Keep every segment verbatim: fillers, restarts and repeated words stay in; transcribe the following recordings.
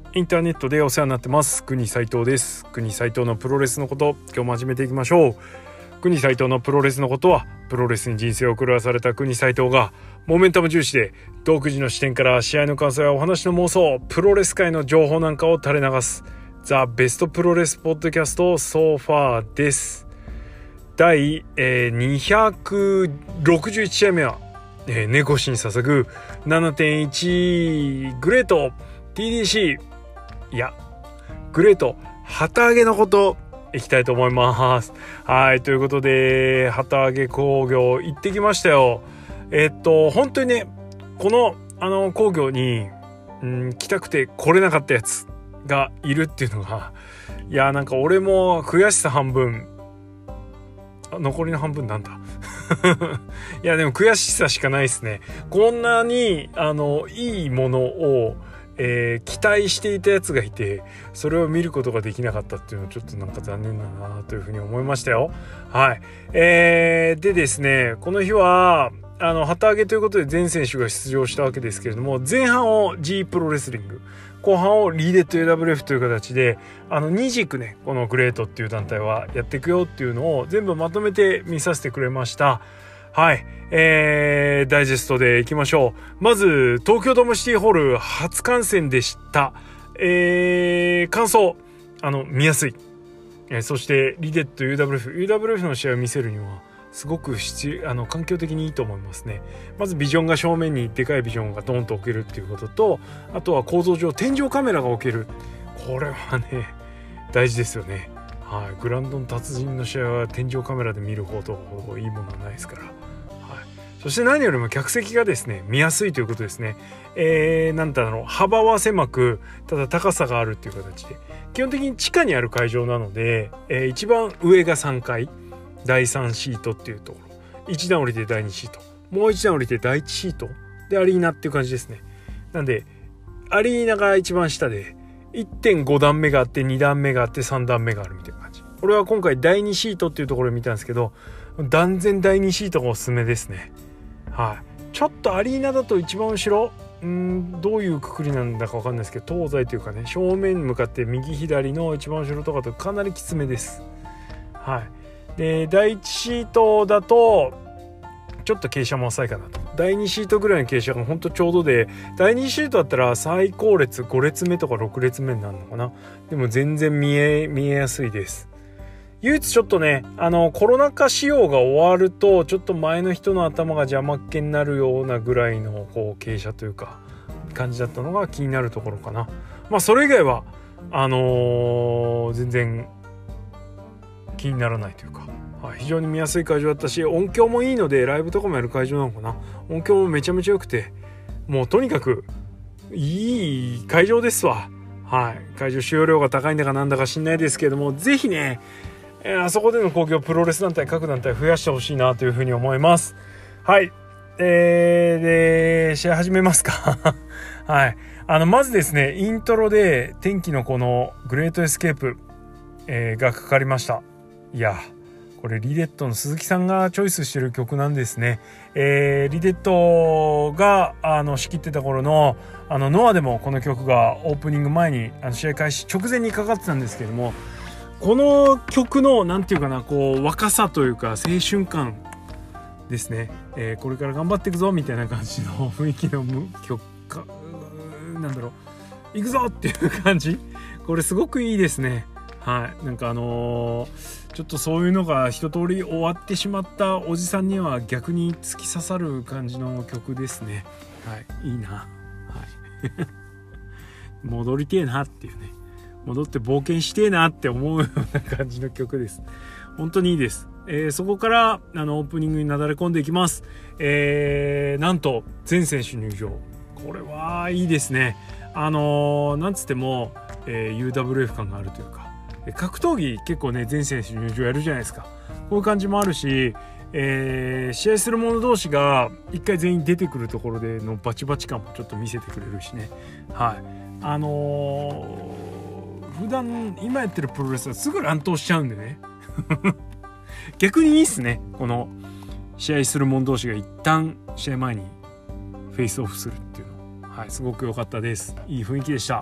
インターネットでお世話になってます国斉藤です。国斉藤のプロレスのこと、今日も始めていきましょう。国斉藤のプロレスのことは、プロレスに人生を狂わされた国斉藤がモメンタム重視で独自の視点から試合の感想やお話の妄想、プロレス界の情報なんかを垂れ流すザ・ベストプロレスポッドキャストソーファーです。第、えー、にひゃくろくじゅういち試合目は、えー、猫氏に捧ぐ ななてんいち グレート ティーディーシー、いやグレート旗揚げのこといきたいと思います。はい、ということで旗揚げ工業行ってきましたよ。えー、っと本当にね、このあの工業に、うん、来たくて来れなかったやつがいるっていうのが、いやなんか俺も悔しさ半分、残りの半分なんだいやでも悔しさしかないですね。こんなにあのいいものをえー、期待していたやつがいて、それを見ることができなかったっていうのはちょっとなんか残念だなというふうに思いましたよ。はい、えー、でですね、この日はあの旗揚げということで全選手が出場したわけですけれども、前半を G プロレスリング、後半をリーデッド エーダブリューエフ という形であのに軸ね、このグレートっていう団体はやっていくよっていうのを全部まとめて見させてくれました。はい、えー、ダイジェストでいきましょう。まず東京ドームシティホール初観戦でした。えー、感想、あの見やすい、えー、そしてリデッド ユーダブリューエフ ユーダブリューエフ の試合を見せるにはすごく必あの環境的にいいと思いますね。まずビジョンが正面にでかいビジョンがドーンと置けるっていうことと、あとは構造上天井カメラが置ける、これはね大事ですよね。はい、グラウンドの達人の試合は天井カメラで見るほどいいものはないですから。はい、そして何よりも客席がですね見やすいということですね。えー、なんだろう、幅は狭くただ高さがあるっていう形で、基本的に地下にある会場なので、えー、一番上がさんかい、だいさんシートっていうところ、いち段降りてだいにシート、もういち段降りてだいいちシートでアリーナっていう感じですね。なんでアリーナが一番下で いってんご 段目があって、に段目があって、さん段目があるみたいな感じ。俺は今回だいにシートっていうところを見たんですけど、断然だいにシートがおすすめですね。はい、ちょっとアリーナだと一番後ろ、うーんどういうくくりなんだか分かんないですけど、東西というかね、正面向かって右左の一番後ろとかとかなりきつめです。はい、でだいいちシートだとちょっと傾斜も浅いかなと。だいにシートぐらいの傾斜がほんとちょうどで、だいにシートだったら最高列ご列目とかろく列目になるのかな。でも全然見え見えやすいです。唯一ちょっとね、あのコロナ禍仕様が終わるとちょっと前の人の頭が邪魔っ気になるようなぐらいのこう傾斜というか感じだったのが気になるところかな。まあそれ以外はあのー、全然気にならないというか、はい、非常に見やすい会場だったし、音響もいいのでライブとかもやる会場なのかな。音響もめちゃめちゃ良くて、もうとにかくいい会場ですわ。はい、会場使用料が高いんだかなんだか知んないですけれども、ぜひね、えー、あそこでの興行プロレス団体各団体増やしてほしいなというふうに思います。はい、えー、で試合始めますかはい、あのまずですね、イントロで天気のこのグレートエスケープ、えー、がかかりました。いやこれリデットの鈴木さんがチョイスしてる曲なんですね。えー、リデットがあの仕切ってた頃のあのノアでもこの曲がオープニング前にあの試合開始直前にかかってたんですけども、この曲のなんていうかな、こう若さというか青春感ですね。えー、これから頑張っていくぞみたいな感じの雰囲気の曲か、なんだろう、行くぞっていう感じ、これすごくいいですね。はい、なんかあのー、ちょっとそういうのが一通り終わってしまったおじさんには逆に突き刺さる感じの曲ですね。はい、いいな。はい、戻りてえなっていうね、戻って冒険してえなって思うような感じの曲です。本当にいいです。えー、そこからあのオープニングになだれ込んでいきます。えー、なんと全選手入場、これはいいですね。あのー、なんつっても、えー、ユーダブリューエフ 感があるというか、格闘技結構ね全選手入場やるじゃないですか。こういう感じもあるし、えー、試合する者同士が一回全員出てくるところでのバチバチ感もちょっと見せてくれるしね。はい、あのー、普段今やってるプロレスはすぐ乱闘しちゃうんでね逆にいいっすね、この試合する者同士が一旦試合前にフェイスオフするっていうの、はい、すごく良かったです。いい雰囲気でした。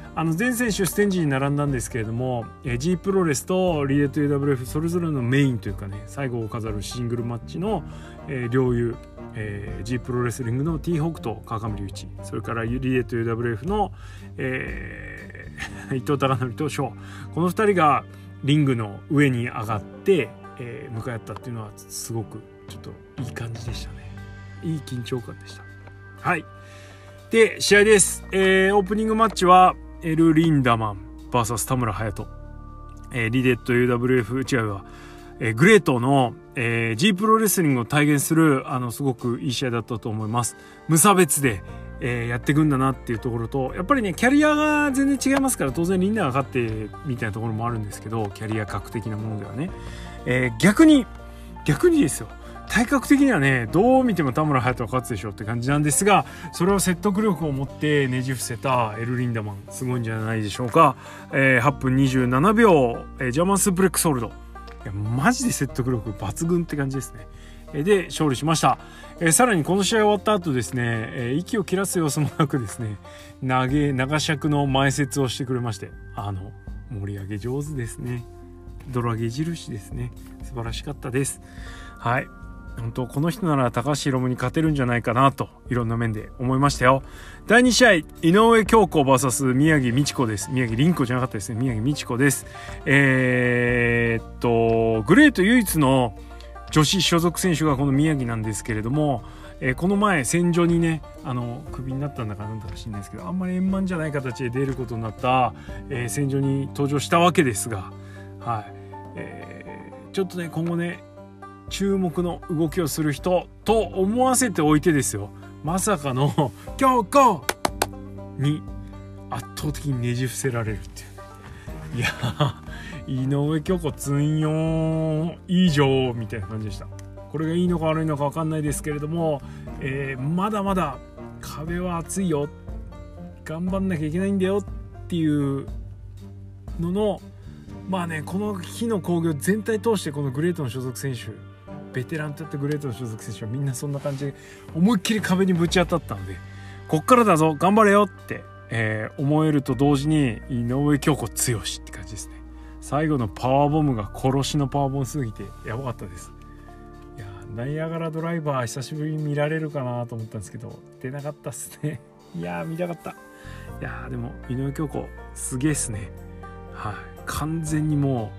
あの全選手ステージに並んだんですけれども、えー、G プロレスとリレート ユーダブリューエフ それぞれのメインというかね、最後を飾るシングルマッチの、えー、両雄、えー、G プロレスリングの T 北斗川上隆一、それからリレート ユーダブリューエフ の、えー、伊藤孝則と翔、このふたりがリングの上に上がって、えー、向かい合ったっていうのはすごくちょっといい感じでしたね。いい緊張感でした。はい。で、試合です。えー、オープニングマッチはエル・リンダマン ブイエス 田村隼人、えー、リレット ユーダブリューエフ 違うわ、えー、グレートの、えー、G プロレスリングを体現するあのすごくいい試合だったと思います。無差別で、えー、やっていくんだなっていうところと、やっぱりねキャリアが全然違いますから、当然リンダが勝ってみたいなところもあるんですけど、キャリア格的なものではね、えー、逆に逆にですよ、体格的にはねどう見ても田村隼人が勝つでしょうって感じなんですが、それを説得力を持ってねじ伏せたエル・リンダマン、すごいんじゃないでしょうか。えー、はっぷんにじゅうななびょう、えー、ジャーマンスープレックスホールド、いやマジで説得力抜群って感じですね。えー、で勝利しました。えー、さらにこの試合終わった後ですね、えー、息を切らす様子もなくですね、投げ長尺の前説をしてくれまして、あの盛り上げ上手ですね。泥上げ印ですね。素晴らしかったです。はい、本当この人なら高橋宏夢に勝てるんじゃないかなといろんな面で思いましたよ。だいに試合、井上京子 ブイエス 宮城美智子です。宮城凛子じゃなかったですね、宮城美智子です。えー、っとグレート唯一の女子所属選手がこの宮城なんですけれども、えー、この前戦場にねあのクビになったんだかなんだか知らないですけど、あんまり円満じゃない形で出ることになった、えー、戦場に登場したわけですが、はい、えー、ちょっとね今後ね注目の動きをする人と思わせておいてですよ、まさかの京子に圧倒的にねじ伏せられるっていうね、いや井上京子つんよん以上みたいな感じでした。これがいいのか悪いのか分かんないですけれども、えー、まだまだ壁は厚いよ、頑張んなきゃいけないんだよっていうのの、まあねこの日の興行全体通してこのグレートの所属選手、ベテランとやってグレートの所属選手はみんなそんな感じで思いっきり壁にぶち当たったので、こっからだぞ頑張れよって、えー、思えると同時に井上京子強しって感じですね。最後のパワーボムが殺しのパワーボムすぎてやばかったです。いやナイアガラドライバー久しぶりに見られるかなと思ったんですけど出なかったっすね。いや見たかった。いやでも井上京子すげえっすね。はい、完全にも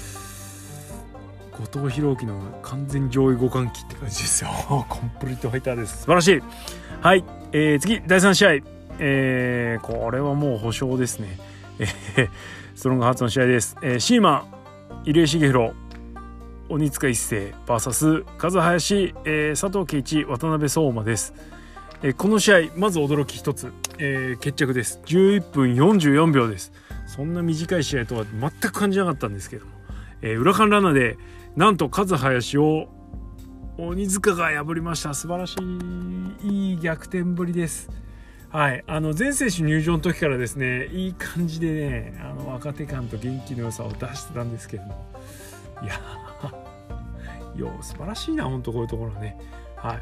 う後藤弘樹の完全上位互換機って感じですよ。コンプリートファイターです。素晴らしい。はい、えー、次だいさん試合、えー、これはもう保証ですね。えー、ストロングハーツの試合です。えー、シーマ入江茂弘鬼塚一世 ブイエス 風林、えー、佐藤圭一渡辺相馬です。えー、この試合まず驚き一つ、えー、決着です。じゅういっぷんよんじゅうよんびょうです。そんな短い試合とは全く感じなかったんですけども、えー、裏勘ランナーでなんと風林を鬼塚が破りました。素晴らしいいい逆転ぶりです。はい、あの全選手入場の時からですねいい感じでねあの若手感と元気の良さを出してたんですけども、いやよ素晴らしいな本当こういうところね。はい、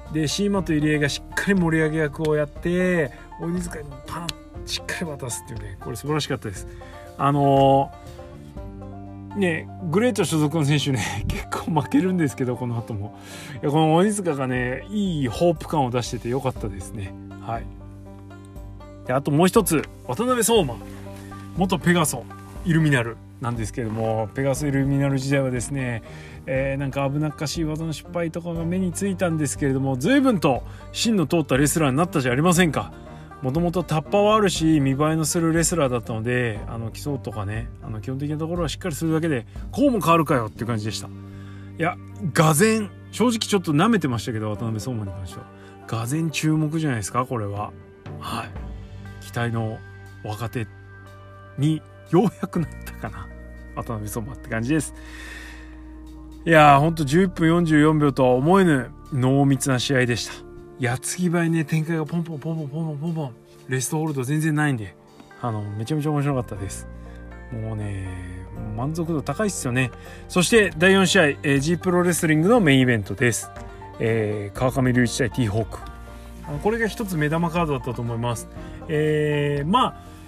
でシーマと入江がしっかり盛り上げ役をやって鬼塚にパンしっかり渡すっていうね、これ素晴らしかったです。あのー、ねグレート所属の選手ね結構負けるんですけど、この後もいやこの鬼塚がねいいホープ感を出しててよかったですね。はい、であともう一つ渡辺相馬元ペガソイルミナルなんですけれども、ペガソイルミナル時代はですね、えー、なんか危なっかしい技の失敗とかが目についたんですけれども、随分と芯の通ったレスラーになったじゃありませんか。もともとタッパーはあるし見栄えのするレスラーだったので、あの基礎とかねあの基本的なところはしっかりするだけでこうも変わるかよっていう感じでした。いやがぜん正直ちょっと舐めてましたけど渡辺相馬に関してはがぜん注目じゃないですかこれは。はい、期待の若手にようやくなったかな渡辺相馬って感じです。いやーほんとじゅういっぷんよんじゅうよんびょうとは思えぬ濃密な試合でした。矢継ぎ早にね展開がポンポンポンポンポンポンポンポンレストホールド全然ないんで、あのめちゃめちゃ面白かったです。もうね満足度高いっすよね。そしてだいよん試合、えー、G プロレスリングのメインイベントです。えー、川上隆一対 T ホーク、これが一つ目玉カードだったと思います。えー、まあ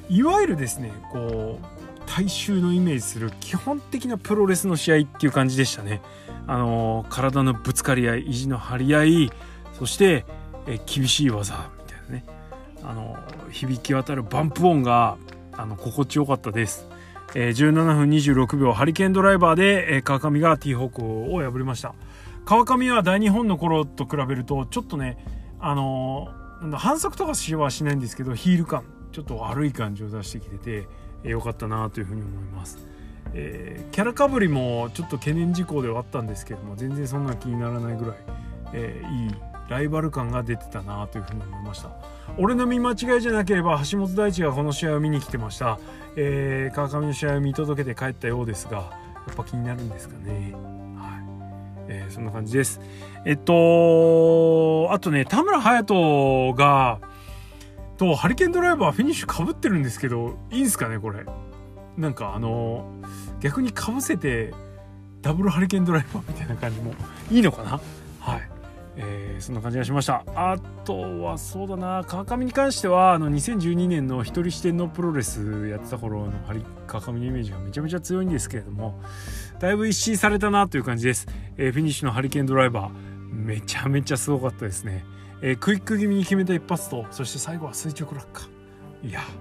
いわゆるですねこう大衆のイメージする基本的なプロレスの試合っていう感じでしたね。あの体のぶつかり合い、意地の張り合い、そしてえ厳しい技みたいなね、あの響き渡るバンプ音があの心地よかったです。えー、じゅうななふんにじゅうろくびょうハリケーンドライバーで、えー、川上が T 方向を破りました。川上は大日本の頃と比べるとちょっとね、あのー、反則とかしはしないんですけど、ヒール感ちょっと悪い感じを出してきてて良、えー、かったなというふうに思います。えー、キャラかぶりもちょっと懸念事項ではあったんですけども、全然そんな気にならないぐらい、えー、いいライバル感が出てたなというふうに思いました。俺の見間違いじゃなければ橋本大地がこの試合を見に来てました。えー、川上の試合を見届けて帰ったようですが、やっぱ気になるんですかね。はい、えー、そんな感じです。えっとあとね、田村隼人がとハリケーンドライバーフィニッシュかぶってるんですけど、いいんすかねこれ。なんかあの逆にかぶせてダブルハリケーンドライバーみたいな感じもいいのかな。はい、えー、そんな感じがしました。あとはそうだな、川上に関してはあのにせんじゅうにねんの一人視点のプロレスやってた頃のハリ川上のイメージがめちゃめちゃ強いんですけれども、だいぶ一新されたなという感じです。えー、フィニッシュのハリケーンドライバーめちゃめちゃすごかったですね。えー、クイック気味に決めた一発と、そして最後は垂直落下、いや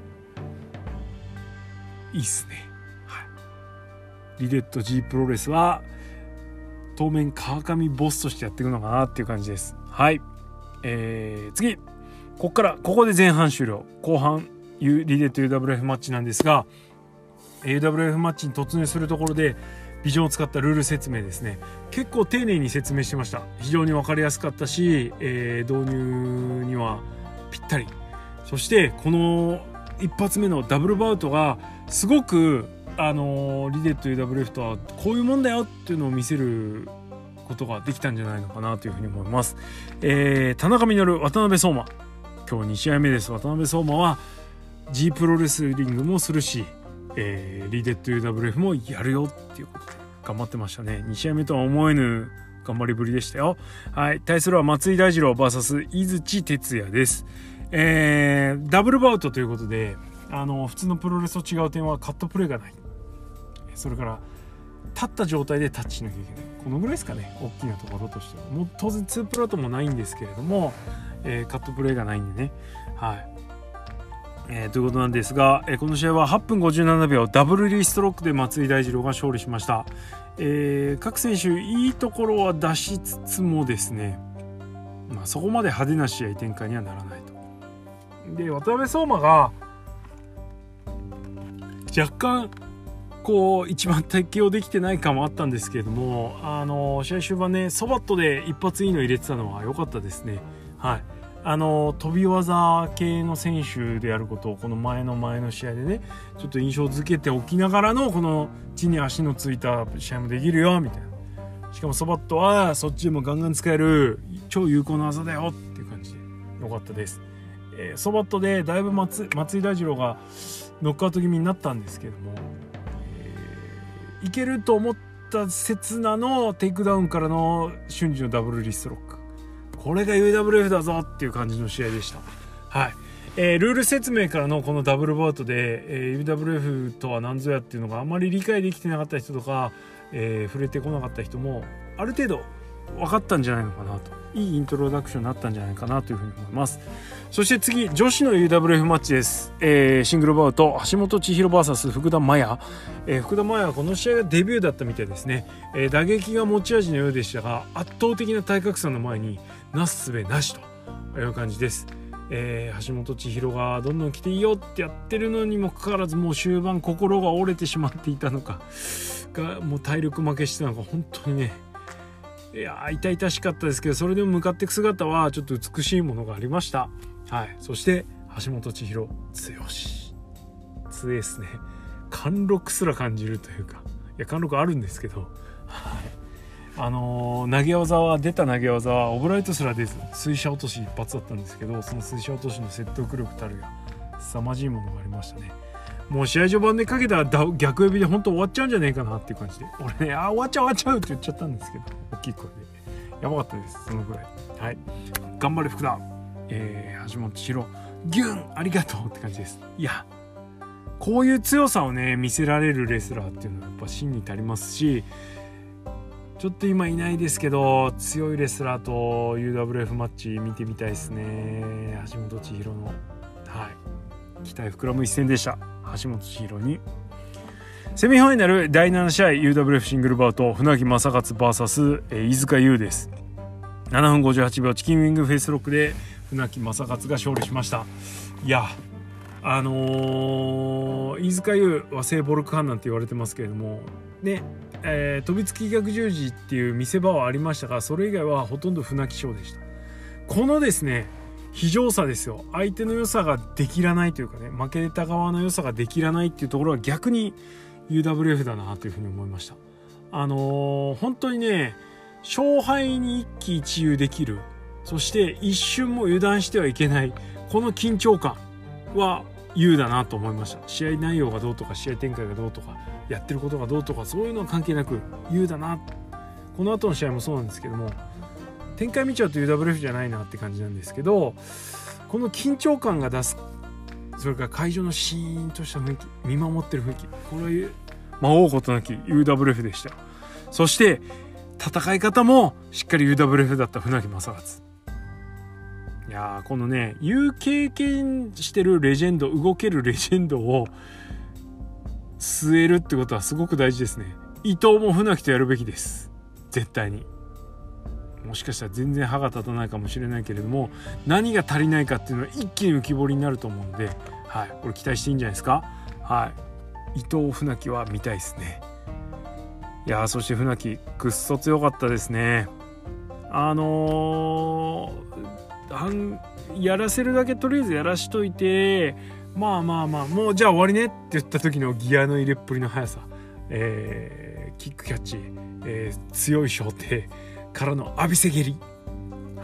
いいっすね。はい、リレット G プロレスは当面川上ボスとしてやっていくのかなっていう感じです。はい、えー、次ここからここで前半終了、後半リレット ユーダブリューエフ マッチなんですが、 ユーダブリューエフ マッチに突入するところでビジョンを使ったルール説明ですね、結構丁寧に説明してました。非常に分かりやすかったし、えー、導入にはぴったり。そしてこの一発目のダブルバウトがすごくあのリレット ユーダブリューエフ とはこういうもんだよっていうのを見せることができたんじゃないのかなというふうに思います。えー、田中稔、渡辺相馬、今日に試合目です。渡辺相馬は G プロレスリングもするし、えー、リレット ユーダブリューエフ もやるよっていうことで頑張ってましたね。に試合目とは思えぬ頑張りぶりでしたよ。はい、対するは松井大二郎 ブイエス 井槌哲也です。えー、ダブルバウトということで、あの普通のプロレスと違う点はカットプレーがない、それから立った状態でタッチしなきゃいけない、このぐらいですかね、大きなところとしては。もう当然ツープラトもないんですけれども、えー、カットプレーがないんでね。はい、えー、ということなんですが、えー、この試合ははっぷんごじゅうななびょうダブルリーストロックで松井大二郎が勝利しました。えー、各選手いいところは出しつつもですね、まあ、そこまで派手な試合展開にはならないと。で、渡辺相馬が若干こう一番適応できてない感もあったんですけれども、あの試合終盤ね、ソバットで一発いいの入れてたのは良かったですね。はい、あの飛び技系の選手であることをこの前の前の試合でねちょっと印象づけておきながらの、この地に足のついた試合もできるよみたいな、しかもソバットはそっちでもガンガン使える超有効な技だよっていう感じで良かったです。えー、ソバットでだいぶ 松, 松井大二郎がノックアウト気味になったんですけども、えー、いけると思った刹那のテイクダウンからの瞬時のダブルリストロック、これが ユーダブリューエフ だぞっていう感じの試合でした。はい、えー、ルール説明からのこのダブルバウトで、えー、ユーダブリューエフ とは何ぞやっていうのがあまり理解できてなかった人とか、えー、触れてこなかった人もある程度分かったんじゃないのかなと、いいイントロダクションになったんじゃないかなというふうに思います。そして次、女子の ユーダブリューエフ マッチです。えー、シングルバウト橋本千尋 ブイエス 福田麻也、えー、福田麻也はこの試合がデビューだったみたいですね。えー、打撃が持ち味のようでしたが、圧倒的な体格差の前になすすべなしという感じです。えー、橋本千尋がどんどん来ていいよってやってるのにもかかわらず、もう終盤心が折れてしまっていたのかが、もう体力負けしてたのか、本当にね、いや痛々しかったですけど、それでも向かっていく姿はちょっと美しいものがありました。はい、そして橋本千尋強し強いですね。貫禄すら感じるというか、いや貫禄あるんですけど、はい、あのー、投げ技は出た投げ技はオブライトすら出ず水車落とし一発だったんですけど、その水車落としの説得力たるや凄まじいものがありましたね。もう試合序盤でかけたら逆エビで本当終わっちゃうんじゃねえかなっていう感じで、俺ね、あ終わっちゃう終わっちゃうって言っちゃったんですけど、大きい声でやばかったです、そのぐらい。はい、頑張れ福田、えー、橋本千尋ギュンありがとうって感じです。いやこういう強さをね見せられるレスラーっていうのはやっぱ真に足りますし、ちょっと今いないですけど強いレスラーと ユーダブリューエフ マッチ見てみたいですね。橋本千尋の、はい、期待膨らむ一戦でした。橋本千尋にセミファイナルだいなな試合 ユーダブリューエフ シングルバウト船木正勝 ブイエス 飯塚優です。ななふんごじゅうはちびょうチキンウィングフェイスロックで船木正勝が勝利しました。いやあのー、飯塚優は聖ボルクハンなんて言われてますけれどもね、えー、飛びつき逆十字っていう見せ場はありましたが、それ以外はほとんど船木賞でした。このですね非常さですよ。相手の良さができらないというかね、負けた側の良さができらないっていうところは逆に ユーダブリューエフ だなというふうに思いました。あのー、本当にね勝敗に一喜一憂できる、そして一瞬も油断してはいけない、この緊張感は ユー だなと思いました。試合内容がどうとか試合展開がどうとかやってることがどうとかそういうのは関係なく ユー だな。この後の試合もそうなんですけども、展開見ちゃうと ユーダブリューエフ じゃないなって感じなんですけど、この緊張感が出す、それから会場のシーンとした雰囲気、見守ってる雰囲気、これは魔王ことなき ユーダブリューエフ でした。そして戦い方もしっかり ユーダブリューエフ だった船木正勝。いやーこのね有経験してるレジェンド、動けるレジェンドを据えるってことはすごく大事ですね。伊藤も船木とやるべきです。絶対に。もしかしたら全然歯が立たないかもしれないけれども、何が足りないかっていうのは一気に浮き彫りになると思うので、はい、これ期待していいんじゃないですか。はい、伊藤船木は見たいですね。いやーそして船木くっそ強かったですね。あのー、やらせるだけとりあえずやらしといて、まあまあまあもうじゃあ終わりねって言った時のギアの入れっぷりの速さ、えー、キックキャッチ、えー、強い小手からの浴びせ蹴り、はい、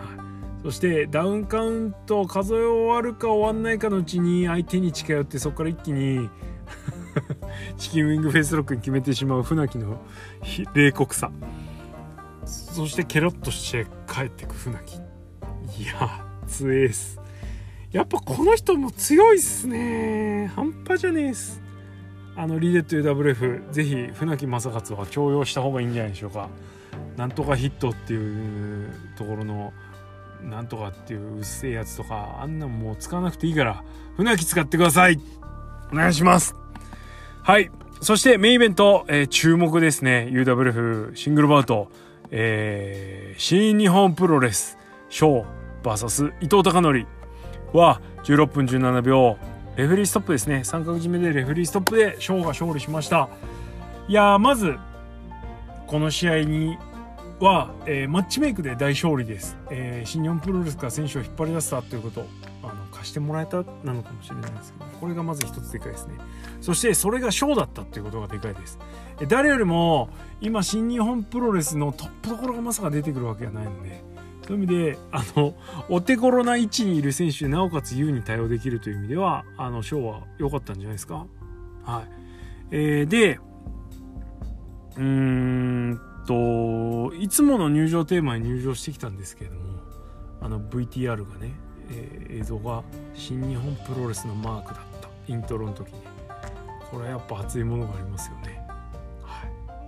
そしてダウンカウント数え終わるか終わんないかのうちに相手に近寄って、そこから一気にチキンウィングフェイスロックに決めてしまう船木の冷酷さ、そしてケロッとして帰ってく船木、いや強いです。やっぱこの人も強いっすね。半端じゃねえっす。あのリーデッド ユーダブリューエフ ぜひ船木正勝は重用した方がいいんじゃないでしょうか。なんとかヒットっていうところのなんとかっていううっせえやつとかあんなんもう使わなくていいから船木使ってください。お願いします。はい、そしてメインイベント、えー、注目ですね。 ユーダブリューエフ シングルバウト、えー、新日本プロレスショー ブイエス 伊藤孝則はじゅうろっぷんじゅうななびょうレフェリーストップですね。三角締めでレフェリーストップでショーが勝利しました。いやーまずこの試合には、えー、マッチメイクで大勝利です。えー、新日本プロレスから選手を引っ張り出したということ、あの貸してもらえたなのかもしれないですけど、これがまず一つでかいですね。そしてそれがショーだったっていうことがでかいです。え誰よりも今新日本プロレスのトップどころがまさか出てくるわけがないので、そういう意味であのお手頃な位置にいる選手でなおかつ優に対応できるという意味ではあのショーは良かったんじゃないですか。はい、えー、でうーんといつもの入場テーマに入場してきたんですけれども、あの ブイティーアール がね、えー、映像が新日本プロレスのマークだったイントロの時に、これはやっぱ熱いものがありますよね。はい、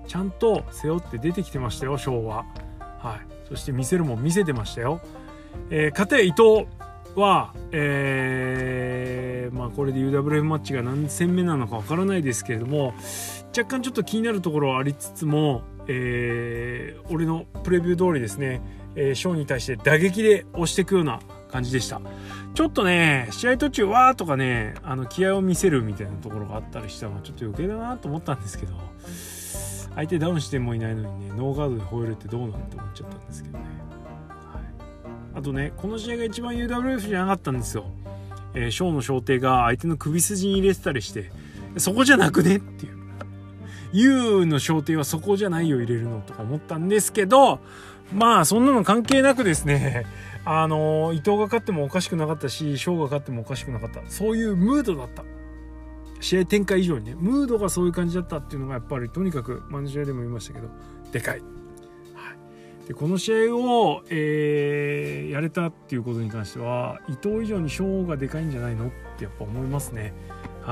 ちゃんと背負って出てきてましたよショーは。はい、そして見せるもん見せてましたよ。えー、かたや伊藤は、えー、まあこれで ユーダブリューエフ マッチが何戦目なのかわからないですけれども、若干ちょっと気になるところはありつつも、えー、俺のプレビュー通りですね、えー、ショーに対して打撃で押していくような感じでした。ちょっとね試合途中わーとかねあの気合を見せるみたいなところがあったりしたのはちょっと余計だなと思ったんですけど、相手ダウンしてもいないのにねノーガードで吠えるってどうなんて思っちゃったんですけどね。はい、あとねこの試合が一番 ユーダブリューエフ じゃなかったんですよ。えー、ショーの小手が相手の首筋に入れてたりして、そこじゃなくねっていう、 ユー の小手はそこじゃないよ入れるのとか思ったんですけど、まあそんなの関係なくですね、あのー、伊藤が勝ってもおかしくなかったしショーが勝ってもおかしくなかった、そういうムードだった。試合展開以上にねムードがそういう感じだったっていうのがやっぱりとにかく前の試合でも言いましたけどでかい。はい、でこの試合を、えー、やれたっていうことに関しては伊藤以上にショーがでかいんじゃないのってやっぱ思いますね。は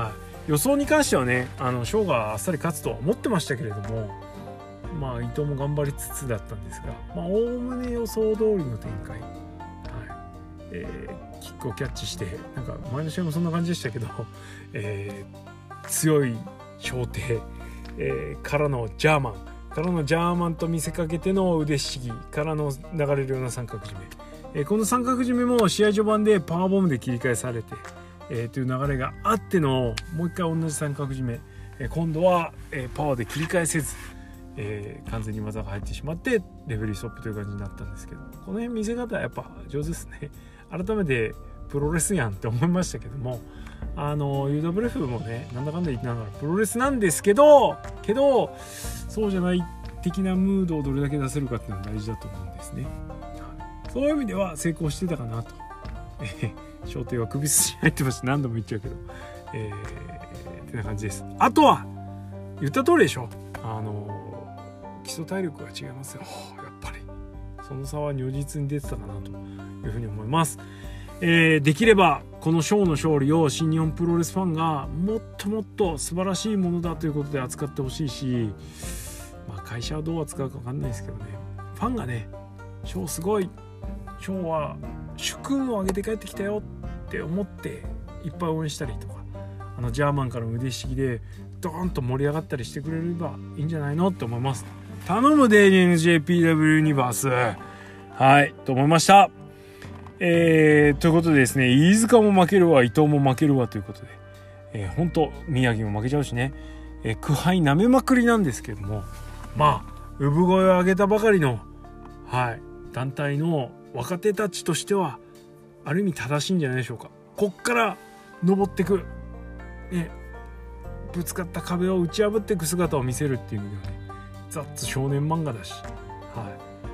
予想に関してはね、あのショーがあっさり勝つとは思ってましたけれども、まあ伊藤も頑張りつつだったんですが、まあおおむね予想通りの展開、はい、えー、キックをキャッチして、なんか前の試合もそんな感じでしたけど、えー、強い小手、えー、からのジャーマンからのジャーマンと見せかけての腕ひしぎからの流れるような三角締め、えー、この三角締めも試合序盤でパワーボムで切り返されて、えー、という流れがあってのもう一回同じ三角締め、えー、今度は、えー、パワーで切り返せず、えー、完全に技が入ってしまってレフェリーストップという感じになったんですけど、この辺見せ方はやっぱ上手ですね。改めてプロレスやんって思いましたけども、あの ユーダブリューエフ もねなんだかんだ言いながらプロレスなんですけどけどそうじゃない的なムードをどれだけ出せるかっていうのが大事だと思うんですね。そういう意味では成功してたかなと。えー、小手は首筋に入ってました。何度も言っちゃうけど、えー、ってな感じです。あとは言った通りでしょ、あの基礎体力が違いますよ。やっぱりその差は如実に出てたかなというふうに思います。えー、できればこのショーの勝利を新日本プロレスファンがもっともっと素晴らしいものだということで扱ってほしいし、まあ、会社はどう扱うか分かんないですけどね、ファンがねショーすごい、ショーは主君を上げて帰ってきたよって思っていっぱい応援したりとか、あのジャーマンからの腕ひしぎでドーンと盛り上がったりしてくれればいいんじゃないのって思います。頼むで エヌエヌジェーピーダブリュー ユニバース、はいと思いました。えー、ということでですね、飯塚も負けるわ伊藤も負けるわということで、えー、本当宮城も負けちゃうしね、えー、苦杯舐めまくりなんですけども、まあ産声を上げたばかりの、はい、団体の若手たちとしてはある意味正しいんじゃないでしょうか。こっから登ってく、ね、ぶつかった壁を打ち破っていく姿を見せるっていう意味ではね、ザッツ少年漫画だし、はい、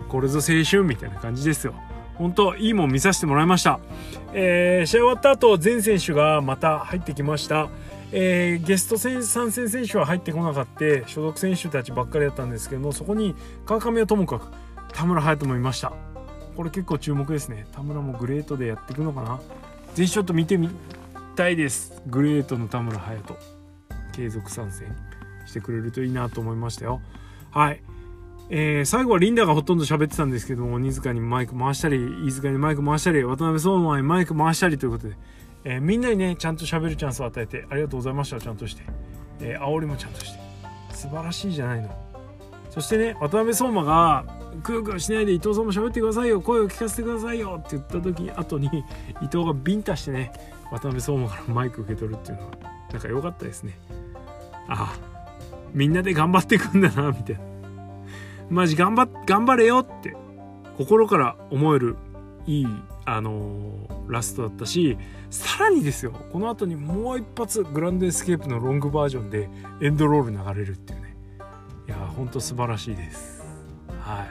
これぞ青春みたいな感じですよ。本当いいもん見させてもらいました。えー、試合終わった後全選手がまた入ってきました。えー、ゲスト選参戦選手は入ってこなかった所属選手たちばっかりだったんですけども、そこに川上はともかく田村隼人もいました。これ結構注目ですね。田村もグレートでやっていくのかな。ぜひちょっと見てみたいです。グレートの田村隼人継続参戦してくれるといいなと思いましたよ。はい、えー、最後はリンダがほとんど喋ってたんですけども、鬼塚にマイク回したり飯塚にマイク回したり渡辺相馬にマイク回したりということで、えー、みんなにねちゃんと喋るチャンスを与えてありがとうございました。ちゃんとして、えー、煽りもちゃんとして素晴らしいじゃないの。そしてね渡辺相馬がくよくよしないで伊藤さんも喋ってくださいよ、声を聞かせてくださいよって言った時後に伊藤がビンタしてね渡辺相馬からマイク受け取るっていうのはなんか良かったですね。ああみんなで頑張っていくんだなみたいな、マジ頑張っ頑張れよって心から思えるいいあのー、ラストだったし、さらにですよこの後にもう一発グランドエスケープのロングバージョンでエンドロール流れるっていうね、いやほんと素晴らしいです。はい、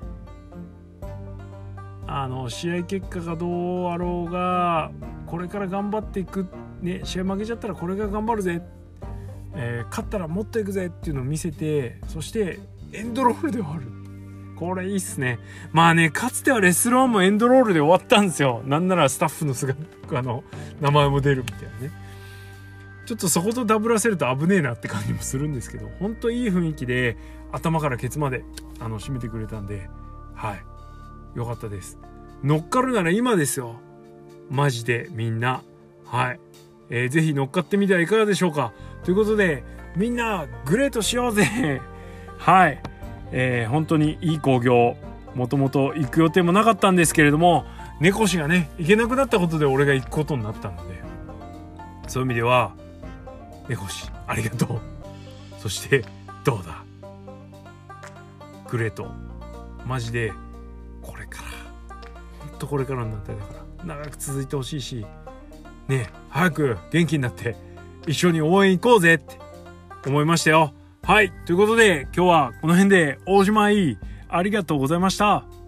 あの試合結果がどうあろうがこれから頑張っていくね、試合負けちゃったらこれから頑張るぜ、えー、勝ったらもっといくぜっていうのを見せて、そしてエンドロールで終わる、これいいっすね。まあねかつてはレスラーもエンドロールで終わったんですよ。なんならスタッフの姿あの名前も出るみたいなね。ちょっとそことダブらせると危ねえなって感じもするんですけど、本当いい雰囲気で頭からケツまであの締めてくれたんで、はいよかったです。乗っかるなら今ですよマジでみんな、はい、えー、ぜひ乗っかってみてはいかがでしょうか。ということでみんなグレートしようぜはい、えー、本当にいい興行、もともと行く予定もなかったんですけれども猫氏がね行けなくなったことで俺が行くことになったので、そういう意味では猫氏ありがとう。そしてどうだグレートマジでこれからほんとこれからの団体だから長く続いてほしいしね、早く元気になって一緒に応援行こうぜって思いましたよ。はいということで今日はこの辺でおしまい。ありがとうございました。